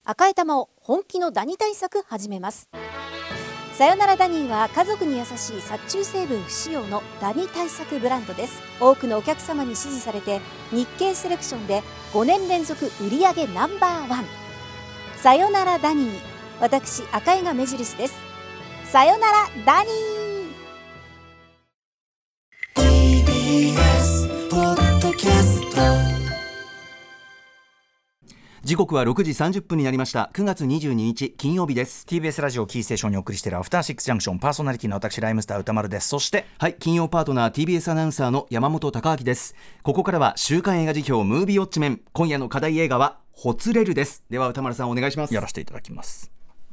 赤い玉を本気のダニ対策始めます。さよならダニーは家族に優しい殺虫成分不使用のダニ対策ブランドです。多くのお客様に支持されて日経セレクションで5年連続売上No.1。さよならダニー、私赤井が目印です。さよならダニー。 TBS ポッドキャスト、 時刻は6時30分になりました。9月22日金曜日です。 TBS ラジオキーステーションにお送りしているアフターシックスジャンクション、パーソナリティの私ライムスター歌丸です。そして金曜パートナー TBS アナウンサーの山本貴明です。ここからは週刊映画辞表ムービーウォッチメン。今夜の課題映画はほつれるです。では歌丸さんお願いします。 やらせていただきます。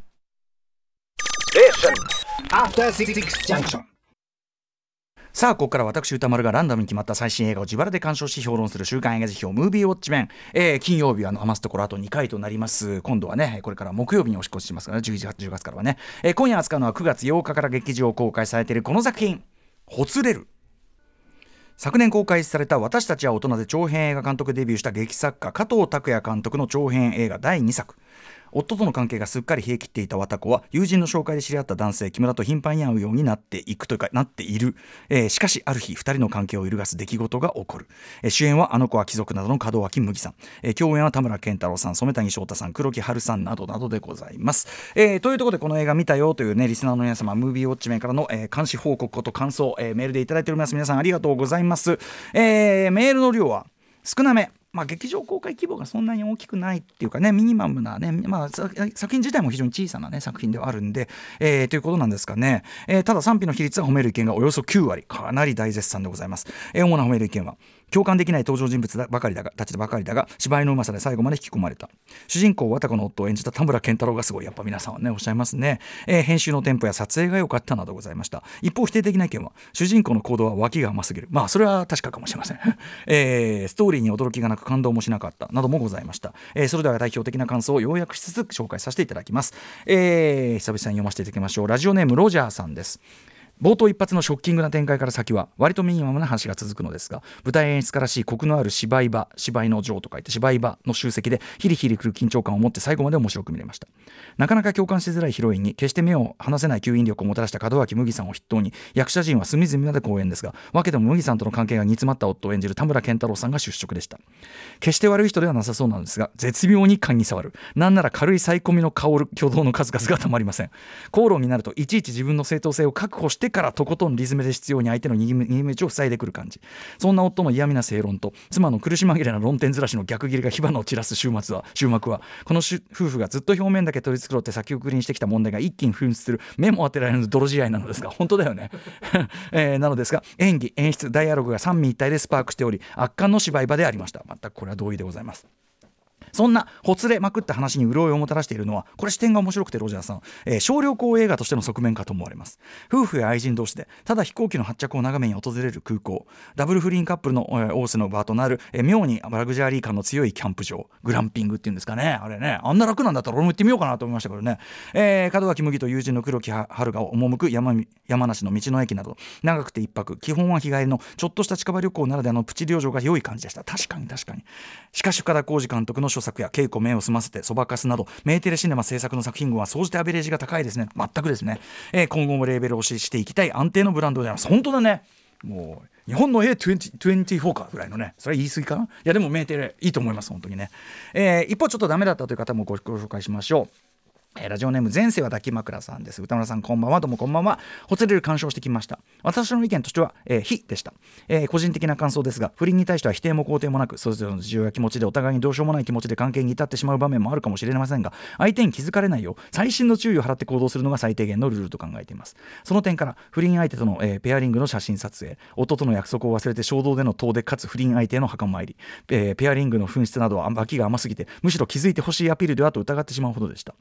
アフターシックスジャンクション。 さあここから私歌丸がランダムに決まった最新映画を自腹で鑑賞し評論する週刊映画辞表ムービーウォッチメン。金曜日は余すところあと2回となります。今度はねこれから木曜日に押し越しますから、ね、10月からはね、今夜扱うのは9月8日から劇場公開されているこの作品、ほつれる。昨年公開された私たちは大人で長編映画監督デビューした劇作家加藤拓也監督の長編映画第2作。夫との関係がすっかり冷え切っていた綿子は友人の紹介で知り合った男性木村と頻繁に会うようになっていくというかなっている、しかしある日2人の関係を揺るがす出来事が起こる。主演はあの子は貴族などの門脇麦さん、共演は田村健太郎さん、染谷翔太さん、黒木華さんなどなどでございます。というところでこの映画見たよというねリスナーの皆様、ムービーウォッチメンからの、監視報告こと感想、メールでいただいております。皆さんありがとうございます。メールの量は少なめ、劇場公開規模がそんなに大きくないっていうかね、ミニマムなね、作品自体も非常に小さなね作品ではあるんで、ということなんですかね。ただ賛否の比率は褒める意見がおよそ9割、かなり大絶賛でございます。主な褒める意見は、共感できない登場人物たちばかりだが芝居のうまさで最後まで引き込まれた。主人公綿子の夫を演じた田村健太郎がすごい、やっぱ皆さんはねおっしゃいますね。編集のテンポや撮影が良かったなどございました。一方否定的な意見は、主人公の行動は脇が甘すぎる、それは確かかもしれません。ストーリーに驚きがなく感動もしなかったなどもございました。それでは代表的な感想を要約しつつ紹介させていただきます。久々に読ませていただきましょう。ラジオネームロジャーさんです。冒頭一発のショッキングな展開から先は割とミニマムな話が続くのですが、舞台演出家らしいコクのある芝居の女王と書いて芝居場の集積でヒリヒリくる緊張感を持って最後まで面白く見れました。なかなか共感しづらいヒロインに決して目を離せない吸引力をもたらした門脇麦さんを筆頭に役者陣は隅々まで好演ですが、わけでも麦さんとの関係が煮詰まった夫を演じる田村健太郎さんが出色でした。決して悪い人ではなさそうなんですが、絶妙に勘に触る、なんなら軽いサイコミの香る挙動の数々がたまりません。口論になるといちいち自分の正当性を確保してからとことんリズムで必要に相手の逃げ道を塞いでくる感じ。そんな夫の嫌味な正論と妻の苦し紛れな論点ずらしの逆切れが火花を散らす終幕はこの夫婦がずっと表面だけ取り繕って先送りにしてきた問題が一気に噴出する目も当てられる泥仕合なのですが、本当だよね、なのですが演技演出ダイアログが三位一体でスパークしており圧巻の芝居場でありました。全くこれは同意でございます。そんなほつれまくった話に潤いをもたらしているのは、これ視点が面白くてロジャーさん、少量行映画としての側面かと思われます。夫婦や愛人同士でただ飛行機の発着を眺めに訪れる空港、ダブル不倫カップルのオースの場となる妙にラグジュアリー感の強いキャンプ場、グランピングっていうんですかね、あれね、あんな楽なんだったら俺も行ってみようかなと思いましたけどね。門脇麦と友人の黒木華が赴く山梨の道の駅など長くて一泊、基本は日帰りのちょっとした近場旅行ならではのプチ旅情が良い感じでした。確かにしかし深田浩二監督の作や稽古目を澄ませてそばかすなどメーテレシネマ制作の作品群は総じてアベレージが高いですね。全くですね。今後もレーベルをしていきたい安定のブランドであります。本当だね。もう日本の A24 かぐらいのね、それは言い過ぎかな。いやでもメーテレいいと思います本当にね。一方ちょっとダメだったという方もご紹介しましょう。ラジオネーム前世は抱き枕さんです。歌村さんこんばんは。どうもこんばんは。ほつれる鑑賞してきました。私の意見としては、非でした。個人的な感想ですが、不倫に対しては否定も肯定もなく、それぞれの事情や気持ちでお互いにどうしようもない気持ちで関係に至ってしまう場面もあるかもしれませんが、相手に気づかれないよう細心の注意を払って行動するのが最低限のルールと考えています。その点から不倫相手との、ペアリングの写真撮影、夫との約束を忘れて衝動での遠出かつ不倫相手への墓参り、ペアリングの紛失などは脇が甘すぎてむしろ気づいてほしいアピールではと疑ってしまうほどでした。で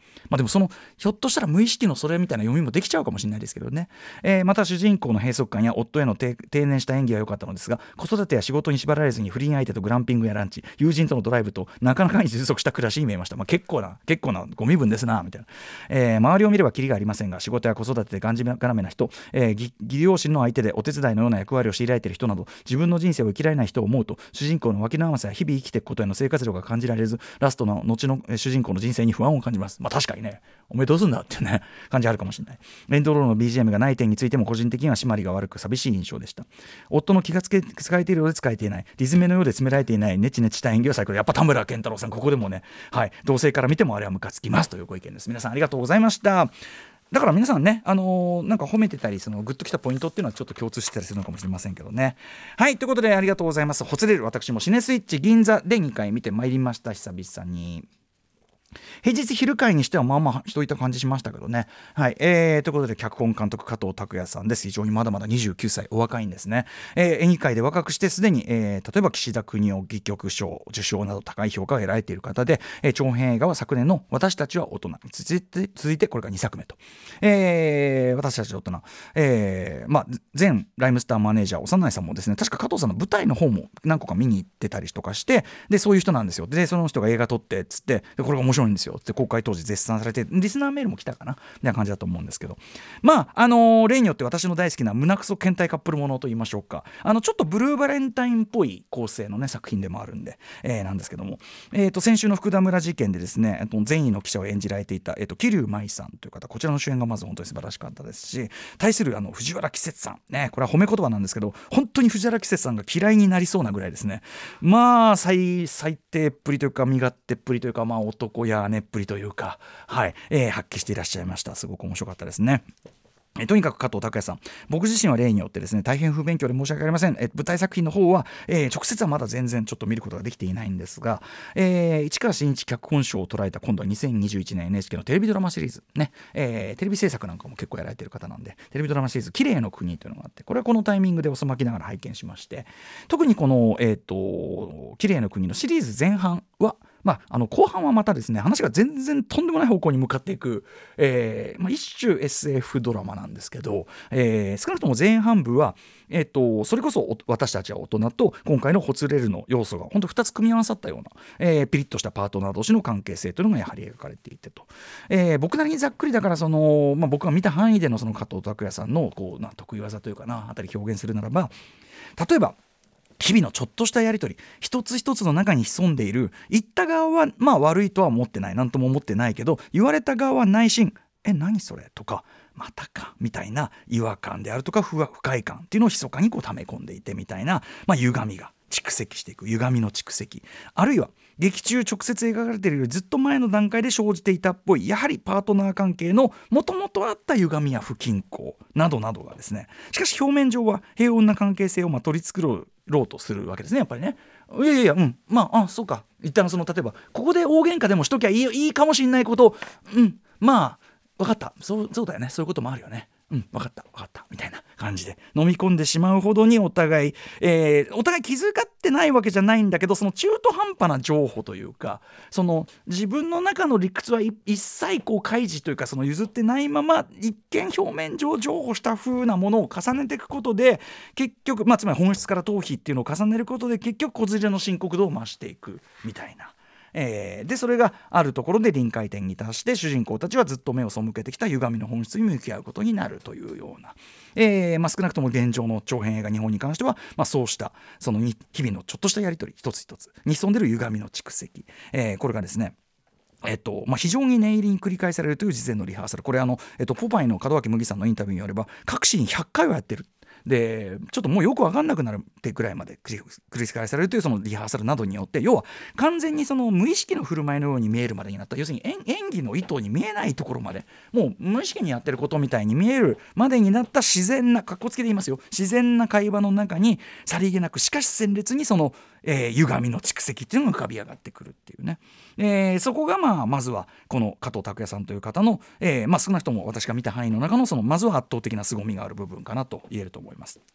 でもひょっとしたら無意識のそれみたいな読みもできちゃうかもしれないですけどね。また主人公の閉塞感や夫への定年した演技は良かったのですが、子育てや仕事に縛られずに不倫相手とグランピングやランチ、友人とのドライブとなかなかに充足した暮らしに見えました。結構なご身分ですなみたいな。周りを見ればキリがありませんが、仕事や子育てでがんじがらめな人、義両親の相手でお手伝いのような役割を強いられている人など、自分の人生を生きられない人を思うと、主人公の脇の甘さや日々生きていくことへの生活力が感じられず、ラストの後の主人公の人生に不安を感じます。確かにね、おめでとうすんだっていうね感じあるかもしれない。エンドロールの BGM がない点についても個人的には締まりが悪く寂しい印象でした。夫の気が使えているようで使えていない、リズムのようで詰められていないネチネチした演技を最高。やっぱ田村健太郎さん、ここでもね、同性から見てもあれはムカつきますというご意見です。皆さんありがとうございました。だから皆さんね、なんか褒めてたりグッときたポイントっていうのはちょっと共通してたりするのかもしれませんけどね。はい、ということでありがとうございます。ほつれる私もシネスイッチ銀座で2回見てまいりました。久々に平日昼会にしてはまあまあ人いた感じしましたけどね。はい、ということで脚本監督加藤拓也さんです。非常にまだまだ29歳、お若いんですね。演技界で若くしてすでに、例えば岸田邦夫戯曲賞受賞など高い評価を得られている方で、長編映画は昨年の私たちは大人に続いてこれが2作目と、私たちは大人、前ライムスターマネージャー幼いさんもですね、確か加藤さんの舞台の方も何個か見に行ってたりとかして、でそういう人なんですよ。でその人が映画撮ってっつって、でこれが面白いんですよって公開当時絶賛されて、リスナーメールも来たかなみたいな感じだと思うんですけど、例によって私の大好きな胸クソ倦怠カップルものと言いましょうか、ちょっとブルーバレンタインっぽい構成のね作品でもあるんで、なんですけども、先週の福田村事件でですね、善意の記者を演じられていた、桐生舞さんという方、こちらの主演がまず本当に素晴らしかったですし、対する藤原季節さんね、これは褒め言葉なんですけど、本当に藤原季節さんが嫌いになりそうなぐらいですね。最低っぷりというか身勝手っぷりというか、男やねっぷりというか、発揮していらっしゃいました。すごく面白かったですね。とにかく加藤拓也さん、僕自身は例によってですね大変不勉強で申し訳ありません。舞台作品の方は、直接はまだ全然ちょっと見ることができていないんですが、市川新一脚本賞を捉えた今度は2021年 NHK のテレビドラマシリーズね、テレビ制作なんかも結構やられている方なんで、テレビドラマシリーズ綺麗の国というのがあって、これはこのタイミングで遅まきながら拝見しまして、特にこの綺麗の国のシリーズ前半は後半はまたですね話が全然とんでもない方向に向かっていく、一種 SF ドラマなんですけど、少なくとも前半部は、それこそ私たちは大人と今回のほつれるの要素が本当2つ組み合わさったような、ピリッとしたパートナー同士の関係性というのがやはり描かれていてと、僕なりにざっくりだから僕が見た範囲でのその加藤拓也さんの得意技というかなあたり表現するならば、例えば日々のちょっとしたやり取り一つ一つの中に潜んでいる、言った側は悪いとは思ってない、なんとも思ってないけど言われた側は内心何それとかまたかみたいな違和感であるとか不快感っていうのを密かに溜め込んでいてみたいな、歪みが蓄積していく、歪みの蓄積、あるいは劇中直接描かれているよりずっと前の段階で生じていたっぽい、やはりパートナー関係のもともとあった歪みや不均衡などなどがですね、しかし表面上は平穏な関係性を取り繕ろうとするわけですね、やっぱりね。そうか、一旦例えばここで大喧嘩でもしときゃいいかもしんないことを、分かった、そうだよね、そういうこともあるよね、分かったみたいな感じで飲み込んでしまうほどにお互い気遣ってないわけじゃないんだけど、その中途半端な情報というか、その自分の中の理屈は一切開示というか、その譲ってないまま一見表面上譲歩した風なものを重ねていくことで、結局つまり本質から逃避っていうのを重ねることで結局子連れの深刻度を増していくみたいな。でそれがあるところで臨界点に達して、主人公たちはずっと目を背けてきた歪みの本質に向き合うことになるというような、少なくとも現状の長編映画日本に関しては、そうしたその日々のちょっとしたやり取り一つ一つに潜んでる歪みの蓄積、これがですね非常に念入りに繰り返されるという事前のリハーサル、これポパイの門脇麦さんのインタビューによれば各シーン100回はやってる。でちょっともうよく分かんなくなるってくらいまで繰り返されるというそのリハーサルなどによって、要は完全にその無意識の振る舞いのように見えるまでになった、要するに演技の意図に見えないところまで、もう無意識にやってることみたいに見えるまでになった自然な、かっこつけで言いますよ、自然な会話の中にさりげなくしかし鮮烈にその、歪みの蓄積っていうのが浮かび上がってくるっていうね、そこがまずはこの加藤拓也さんという方の、少なくとも私が見た範囲の中のそのまずは圧倒的な凄みがある部分かなと言えると思います。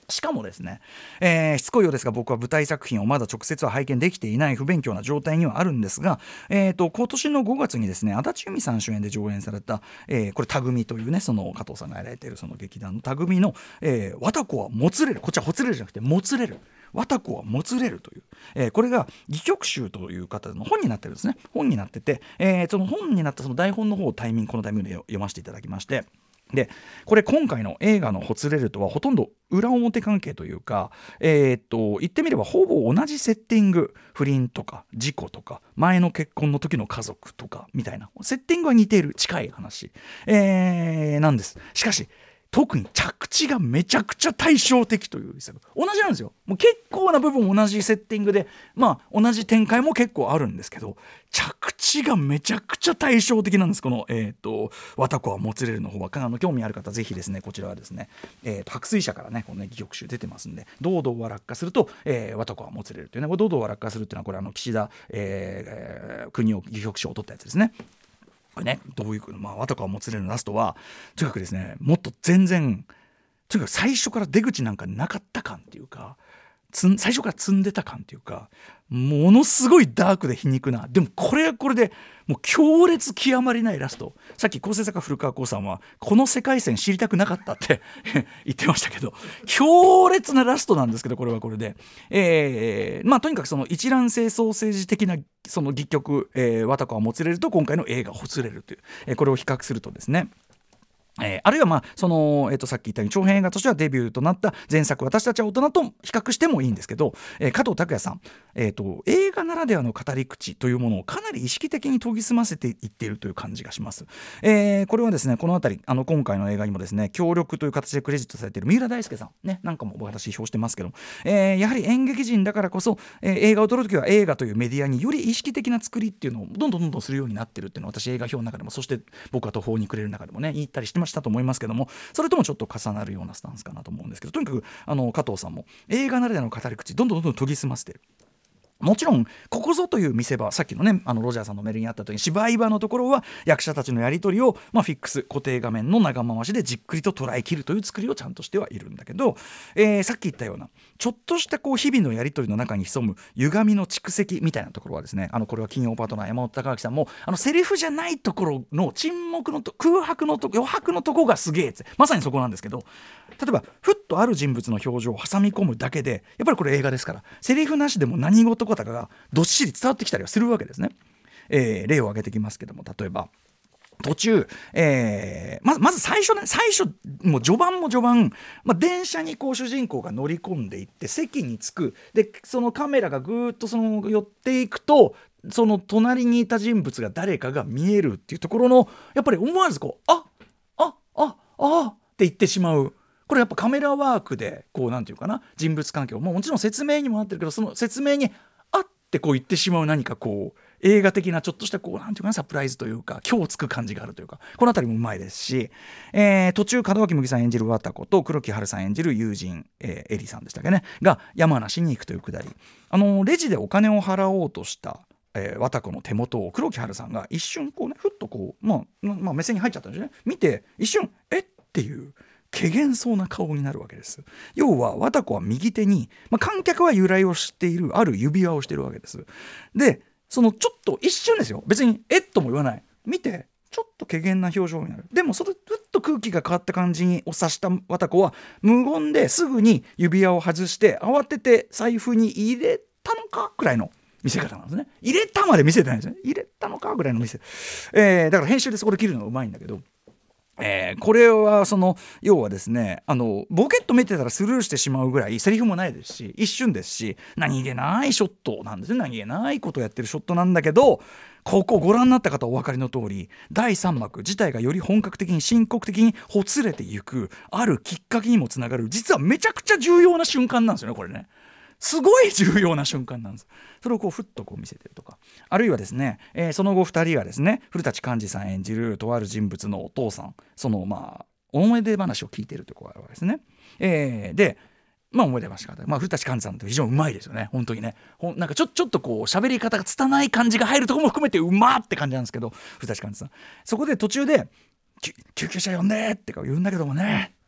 しかもですね、しつこいようですが僕は舞台作品をまだ直接は拝見できていない不勉強な状態にはあるんですが、今年の5月にですね足立由美さん主演で上演された、これタグミというねその加藤さんがやられているその劇団のタグミの「わたこはもつれる」こっちはほつれるじゃなくてもつれるわたこはもつれるという、これが戯曲集という方の本になってるんですね。本になってて、その本になったその台本の方をこのタイミングで読ませていただきまして、でこれ今回の映画のほつれるとはほとんど裏表関係というか、言ってみればほぼ同じセッティング、不倫とか事故とか前の結婚の時の家族とかみたいなセッティングは似ている近い話、なんです。しかし特に着地がめちゃくちゃ対照的という同じなんですよ。もう結構な部分同じセッティングで、同じ展開も結構あるんですけど着地がめちゃくちゃ対照的なんです。このわたこはもつれるの方は興味ある方ぜひですねこちらはですね、白水社からねこのね戯曲集出てますんで堂々は落下すると、わたこはもつれるというね堂々は落下するっていうのはこれ岸田、国を戯曲賞を取ったやつですね。これねどういうわたこはもつれるのラストはとにかくですねもっと全然とにかく最初から出口なんかなかった感っていうか最初から積んでた感っていうかものすごいダークで皮肉なでもこれはこれでもう強烈極まりないラスト。さっき構成作家古川光さんはこの世界線知りたくなかったって言ってましたけど強烈なラストなんですけどこれはこれで、とにかくその一卵性ソーセージ的なその戯曲、わたこはもつれると今回の映画ほつれるという、これを比較するとですねあるいはその、さっき言ったように長編映画としてはデビューとなった前作私たちは大人と比較してもいいんですけど、加藤拓也さん、映画ならではの語り口というものをかなり意識的に研ぎ澄ませていっているという感じがします。これはですねこのあたり今回の映画にもですね協力という形でクレジットされている三浦大輔さんねなんかも私表してますけど、やはり演劇人だからこそ、映画を撮るときは映画というメディアにより意識的な作りっていうのをどんどんするようになってるっていうのを私映画表の中でもそして僕は途方に暮れる中でもね言ったりしてましたと思いますけどもそれともちょっと重なるようなスタンスかなと思うんですけどとにかく加藤さんも映画ならではの語り口どんどん研ぎ澄ませてる。もちろんここぞという見せ場さっきのねロジャーさんのメールにあったとおり芝居場のところは役者たちのやり取りを、フィックス固定画面の長回しでじっくりと捉えきるという作りをちゃんとしてはいるんだけど、さっき言ったようなちょっとした日々のやり取りの中に潜む歪みの蓄積みたいなところはですねこれは金曜パートナー山本隆明さんもセリフじゃないところの沈黙の空白の余白のところがすげえってまさにそこなんですけど例えばふっとある人物の表情を挟み込むだけでやっぱりこれ映画ですからセリフなしでも何事かがどっしり伝わってきたりはするわけですね。例を挙げてきますけども例えば途中、まず最初もう序盤、電車に主人公が乗り込んでいって席に着くでそのカメラがぐーっと寄っていくとその隣にいた人物が誰かが見えるっていうところのやっぱり思わずって言ってしまう。これやっぱカメラワークでなんていうかな人物関係をもちろん説明にもなってるけどその説明にって言ってしまう何か映画的なちょっとしたなんていうかなサプライズというか今日つく感じがあるというかこのあたりもうまいですし、途中門脇麦さん演じるわたこと黒木華さん演じる友人、エリさんでしたっけねが山梨に行くというくだりレジでお金を払おうとしたわたこの手元を黒木華さんが一瞬ふっと目線に入っちゃったんですね。見て一瞬っていう怪訝そうな顔になるわけです。要はわたこは右手に、観客は由来を知っているある指輪をしているわけです。でそのちょっと一瞬ですよ別にとも言わない見てちょっと怪訝な表情になる。でもそれふっと空気が変わった感じを察したわたこは無言ですぐに指輪を外して慌てて財布に入れたのかくらいの見せ方なんですね。入れたまで見せてないんですね。入れたのかぐらいの見せ、だから編集でそこで切るのがうまいんだけどこれは要はですねボケッと見てたらスルーしてしまうぐらいセリフもないですし一瞬ですし何気ないショットなんですね。何気ないことをやってるショットなんだけどここご覧になった方お分かりの通り第3幕自体がより本格的に深刻的にほつれていくあるきっかけにもつながる実はめちゃくちゃ重要な瞬間なんですよねこれね。すごい重要な瞬間なんです。それをふっと見せてるとかあるいはですね、その後2人がですね古舘寛治さん演じるとある人物のお父さん思い出話を聞いているということがあるわけですね。で思い出話方、古舘寛治さんって非常にうまいですよね本当にね。なんかちょっと喋り方が拙い感じが入るところも含めてうまって感じなんですけど古舘寛治さんそこで途中で救急車呼んでって言うんだけどもね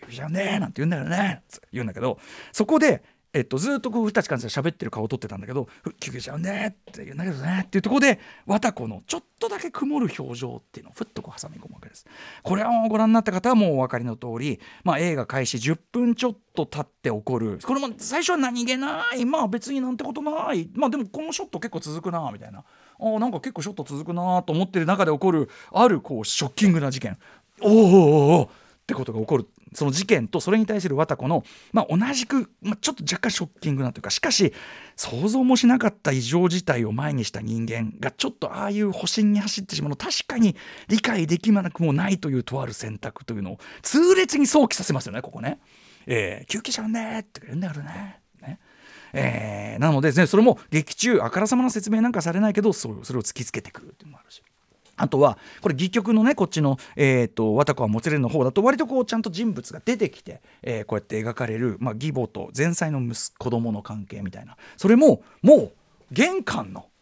救急車呼んでなんて言うんだよねって言うんだけど、そこでずっとこう二立監察が喋ってる顔を撮ってたんだけど、救急車呼んでって言うんだけどねっていうところで、綿子のちょっとだけ曇る表情っていうのをふっとこう挟み込むわけです。これをご覧になった方はもうお分かりの通り、映画開始10分ちょっと経って起こる、これも最初は何気ない、別になんてことない、でもこのショット結構続くなみたいな、なんか結構ショット続くなと思ってる中で起こるあるこうショッキングな事件、おってことが起こる。その事件とそれに対する綿子の、同じく、ちょっと若干ショッキングなというか、しかし想像もしなかった異常事態を前にした人間がちょっとああいう保身に走ってしまうの、確かに理解できなくもないというとある選択というのを痛烈に想起させますよね、ここね。救急車はねって言うんだからね。なので、それも劇中あからさまな説明なんかされないけど、それを突きつけてくるっていうのもあるし、あとはこれ戯曲のね、こっちの綿子はもつれるの方だと割とこうちゃんと人物が出てきて、こうやって描かれる、義母と前妻の子供の関係みたいな、それももう玄関の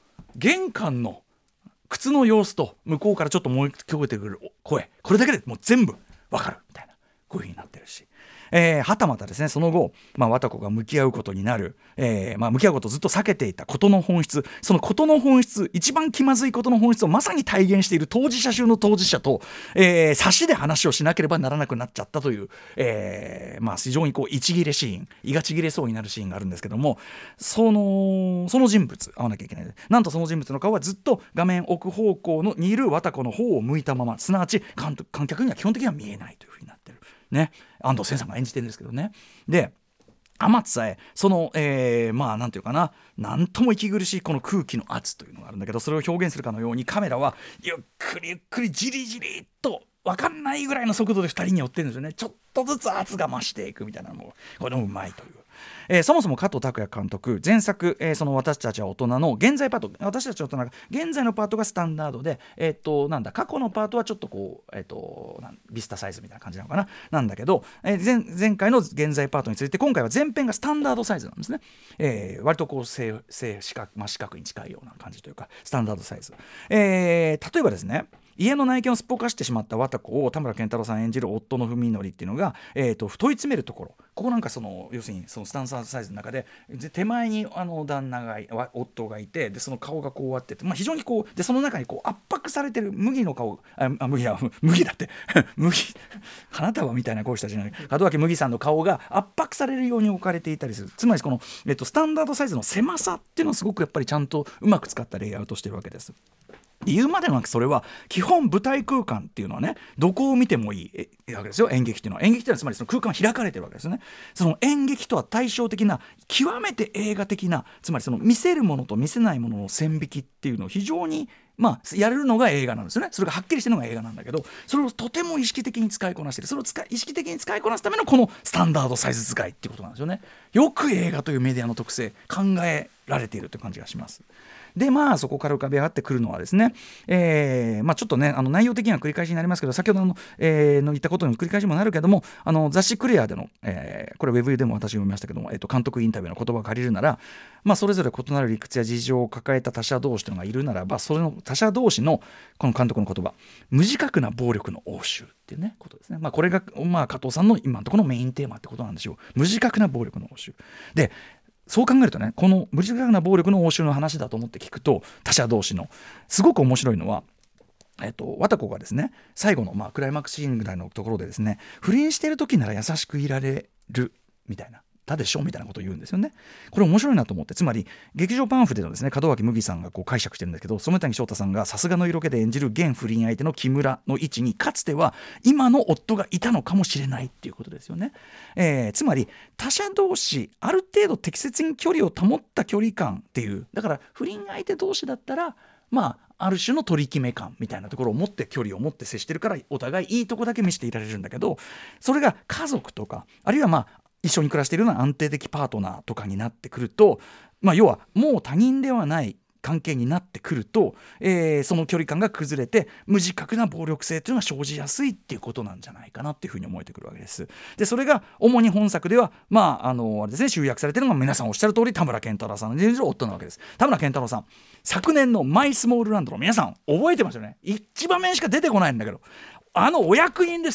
靴の様子と向こうからちょっともう聞こえてくる声、これだけでもう全部わかるみたいな、こういう風になってるし、はたまたですね、その後、綿子が向き合うことになる、向き合うことをずっと避けていたことの本質、そのことの本質、一番気まずいことの本質をまさに体現している当事者中の当事者と、差しで話をしなければならなくなっちゃったという、非常にこう胃ちぎれシーン、胃がちぎれそうになるシーンがあるんですけども、その人物会わなきゃいけない。なんとその人物の顔はずっと画面奥方向にいる綿子の方を向いたまま、すなわち観客には基本的には見えないというふうになってるね、安藤千さんが演じてるんですけどね。で、天津さえその、なんていうかな、なんとも息苦しいこの空気の圧というのがあるんだけど、それを表現するかのようにカメラはゆっくりゆっくりじりじりっと分かんないぐらいの速度で2人に寄ってるんですよね。ちょっとずつ圧が増していくみたいなのもこれもうまいという。そもそも加藤拓也監督前作、その私たちは大人の現在パート、私たちは大人が現在のパートがスタンダードで、過去のパートはちょっとこう、ビスタサイズみたいな感じなのかな、なんだけど、前回の現在パートについて今回は前編がスタンダードサイズなんですね。割とこう正四角、真四角に近いような感じというかスタンダードサイズ。例えばですね、家の内見をすっぽかしてしまった綿子を田村健太郎さん演じる夫の文則っていうのが、太い詰めるところ、ここなんか要するにそのスタンダードサイズの中で手前に旦那が夫がいて、でその顔がこうあって非常にこうで、その中にこう圧迫されてる麦の顔、麦だって麦花束みたいなこうしたじゃない、門脇麦さんの顔が圧迫されるように置かれていたりする。つまりこの、スタンダードサイズの狭さっていうのをすごくやっぱりちゃんとうまく使ったレイアウトしてるわけです。言うまでもなく、それは基本舞台空間っていうのはね、どこを見てもいいわけですよ。演劇っていうのはつまりその空間は開かれてるわけですね。その演劇とは対照的な極めて映画的な、つまりその見せるものと見せないものの線引きっていうのを非常にやれるのが映画なんですよね。それがはっきりしてるのが映画なんだけど、それをとても意識的に使いこなしている。それを意識的に使いこなすためのこのスタンダードサイズ使いっていうことなんですよね。よく映画というメディアの特性考えられているという感じがします。でそこから浮かび上がってくるのはですね、ちょっとね内容的には繰り返しになりますけど、先ほどの言ったことの繰り返しもなるけども、雑誌クリアでの、これウェブでも私読みましたけども、監督インタビューの言葉を借りるなら、それぞれ異なる理屈や事情を抱えた他者同士というのがいるならば、それの他者同士のこの監督の言葉、無自覚な暴力の応酬っていうねことですね。これが加藤さんの今のところのメインテーマってことなんでしょう。無自覚な暴力の応酬で、そう考えるとね、この無自覚な暴力の応酬の話だと思って聞くと、他者同士のすごく面白いのは、綿子がですね、最後のクライマックスシーンぐらいのところでですね、不倫してる時なら優しくいられるみたいな、たでしょみたいなことを言うんですよね。これ面白いなと思って、つまり劇場パンフでのですね、門脇麦さんがこう解釈してるんですけど、染谷翔太さんがさすがの色気で演じる現不倫相手の木村の位置にかつては今の夫がいたのかもしれないっていうことですよね。つまり他者同士ある程度適切に距離を保った距離感っていう、だから不倫相手同士だったらある種の取り決め感みたいなところを持って距離を持って接してるから、お互いいいとこだけ見せていられるんだけど、それが家族とかあるいは一緒に暮らしているような安定的パートナーとかになってくると、要はもう他人ではない関係になってくると、その距離感が崩れて無自覚な暴力性というのが生じやすいっていうことなんじゃないかなっていうふうに思えてくるわけです。でそれが主に本作ではあれですね、集約されているのが皆さんおっしゃる通り田村健太郎さんの演じる夫なわけです。田村健太郎さん、昨年のマイスモールランドの皆さん覚えてますよね。一場面しか出てこないんだけど、お役人ですよ。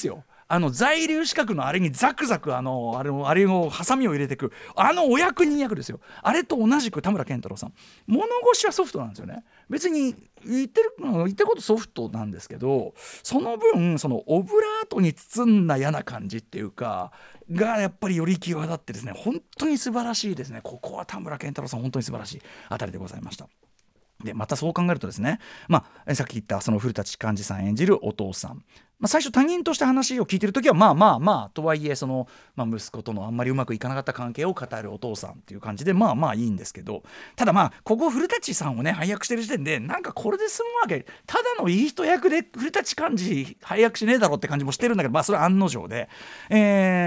在留資格のあれにザクザクあれをハサミを入れてくお役人役ですよ。あれと同じく田村健太郎さん、物腰はソフトなんですよね。別に言ってることソフトなんですけど、その分そのオブラートに包んだ嫌な感じっていうかがやっぱりより際立ってですね、本当に素晴らしいですね。ここは田村健太郎さん本当に素晴らしいあたりでございました。でまたそう考えるとですね、さっき言ったその古舘寛治さん演じるお父さん、最初他人として話を聞いてる時はとはいえその、息子とのあんまりうまくいかなかった関係を語るお父さんっていう感じでいいんですけど、ただここ古舘さんをね配役してる時点でなんかこれで済むわけ、ただのいい人役で古舘寛治配役しねえだろって感じもしてるんだけど、それは案の定で、第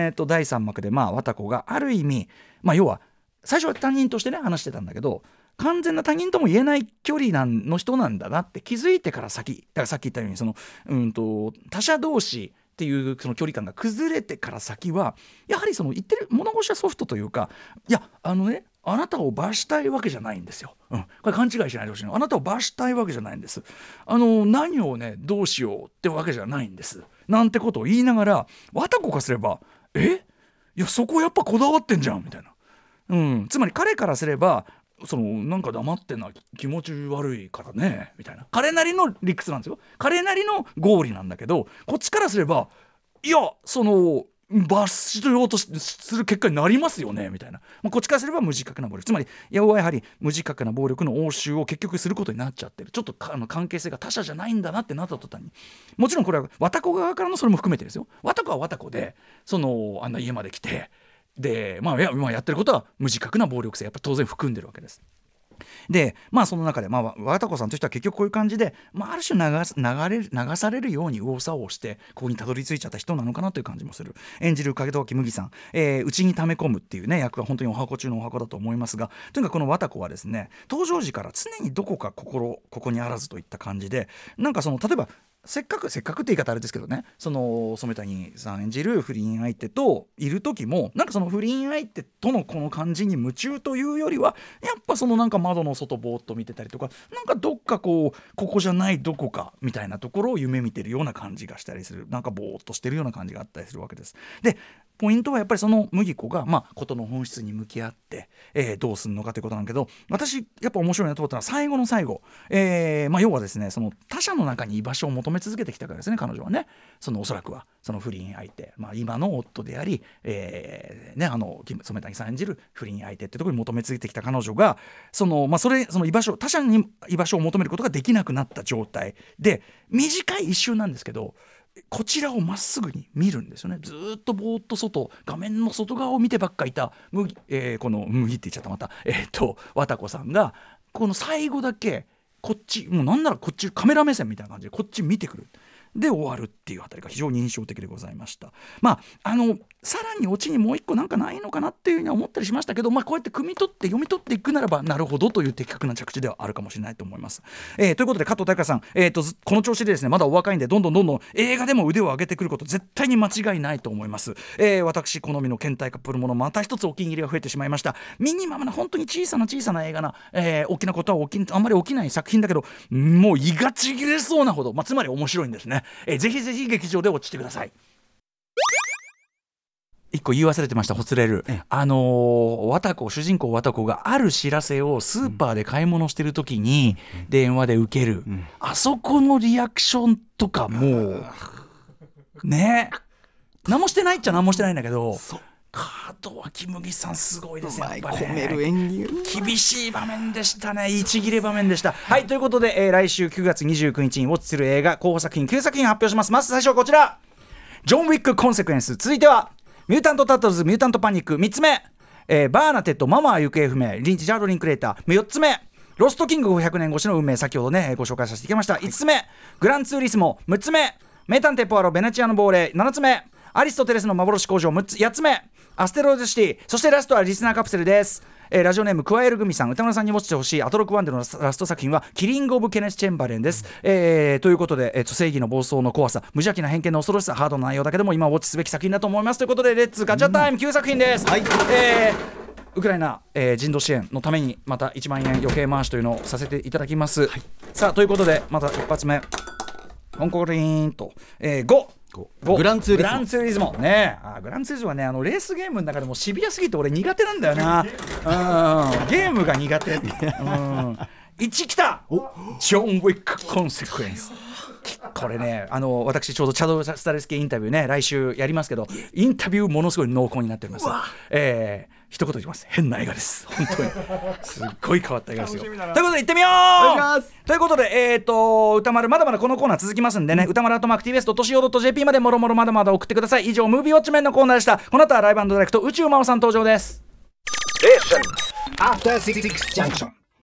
3幕で綿子がある意味、要は最初は他人としてね話してたんだけど、完全な他人とも言えない距離の人なんだなって気づいてからだからさっき言ったようにその、他者同士っていうその距離感が崩れてから先はやはりその言ってる物腰はソフトというか、いやあなたを罰したいわけじゃないんですよ、これ勘違いしないでほしいの。あなたを罰したいわけじゃないんです。何をねどうしようってわけじゃないんですなんてことを言いながら、綿子からすればいやそこやっぱこだわってんじゃんみたいな、つまり彼からすればなんか黙ってんな気持ち悪いからねみたいな、彼なりの理屈なんですよ。彼なりの合理なんだけど、こっちからすればいや罰しようとする結果になりますよねみたいな、こっちからすれば無自覚な暴力、つまりやはり無自覚な暴力の応酬を結局することになっちゃってる。ちょっと関係性が他者じゃないんだなってなった途端に、もちろんこれは綿子側からのそれも含めてですよ。綿子は綿子であんな家まで来てで今やってることは無自覚な暴力性やっぱ当然含んでるわけです。でその中で綿子さんとしては結局こういう感じで、ある種流されるように右往左往してここにたどり着いちゃった人なのかなという感じもする。演じる影戸脇麦さん、内に溜め込むっていうね役が本当にお箱中のお箱だと思いますが、とにかくこの綿子はですね登場時から常にどこかここにあらずといった感じで、なんか例えばせっかくって言い方あれですけどね、染谷さん演じる不倫相手といる時もなんかその不倫相手とのこの感じに夢中というよりはやっぱなんか窓の外ぼーっと見てたりとか、なんかどっかここじゃないどこかみたいなところを夢見てるような感じがしたりする、なんかぼーっとしてるような感じがあったりするわけです。でポイントはやっぱりその麦子が事の本質に向き合って、どうするのかということなんだけど、私やっぱ面白いなと思ったのは最後の最後、要はですねその他者の中に居場所を求め続けてきたからですね、彼女はね。おそらくはその不倫相手、今の夫であり、染谷さん演じる不倫相手ってところに求め続けてきた彼女がその居場所、他者に居場所を求めることができなくなった状態で、短い一瞬なんですけどこちらをまっすぐに見るんですよね。ずっとぼーっと画面の外側を見てばっかいたこの麦って言っちゃったまた綿子さんがこの最後だけこっちもうなんならこっちカメラ目線みたいな感じでこっち見てくるで終わるっていうあたりが非常に印象的でございました。さらにオチにもう一個なんかないのかなっていうふうには思ったりしましたけど、こうやって汲み取って読み取っていくならばなるほどという的確な着地ではあるかもしれないと思います。ということで加藤大香さん、この調子でですねまだお若いんでどんどん映画でも腕を上げてくること絶対に間違いないと思います。私好みの倦怠化プルものまた一つお気に入りが増えてしまいました。ミニマムな本当に小さな映画な、大きなことはあんまり起きない作品だけどもう胃がちぎれそうなほど、つまり面白いんですね。ぜひぜひ劇場で落ちてください。一個言い忘れてました。ほつれる主人公綿子がある知らせをスーパーで買い物してる時に電話で受ける、あそこのリアクションとかもうね何もしてないっちゃ何もしてないんだけど、門脇麦さんすごいですね。やっぱり込める演技、 厳しい場面でしたね。言いちぎれ場面でした。はい、ということで、来週9月29日にウォッチする映画候補作品9作品発表します。まず最初はこちら、ジョン・ウィック・コンセクエンス。続いてはミュータント・タートルズ・ミュータント・パニック。3つ目、バーナテット・ママは行方不明、リンチャード・リンクレーター。4つ目、ロスト・キング500年越しの運命。先ほどねご紹介させていただきました。5つ目、グランツーリスモ。6つ目、名探偵ポアロ・ベネチアの亡霊。7つ目、アリストテレスの幻工場。8つ目、アステロイドシティ。そしてラストはリスナーカプセルです。ラジオネームクワエルグミさん、歌村さんに持ってほしいアトロックワンでのラスト作品はキリング・オブ・ケネス・チェンバレンです。ということで、正義の暴走の怖さ、無邪気な偏見の恐ろしさ、ハードな内容だけでも今ウォッチすべき作品だと思います。ということでレッツガチャタイム9作品です。はい、ウクライナ、人道支援のためにまた1万円余計回しというのをさせていただきます。はい、さあということでまた一発目コンコリーンと、5 グランツーリスモ。 グランツーリスモね。グランツーリスモはね、レースゲームの中でもシビアすぎて俺苦手なんだよな。ゲームが苦手。1きた。ジョン・ウィック・コンセクエンス。これね、私ちょうどチャド・スタレスキーインタビューね、来週やりますけど、インタビューものすごい濃厚になっております。一言言います。変な映画です。本当にすっごい変わった映画ですよ。ということで行ってみよう。ということで歌丸まだまだこのコーナー続きますんでね、歌丸@tbs.co.jp までもろもろまだまだ送ってください。以上ムービーウォッチメンのコーナーでした。この後はライブ&ダイレクト宇宙魔王さん登場です。 After 66 junction.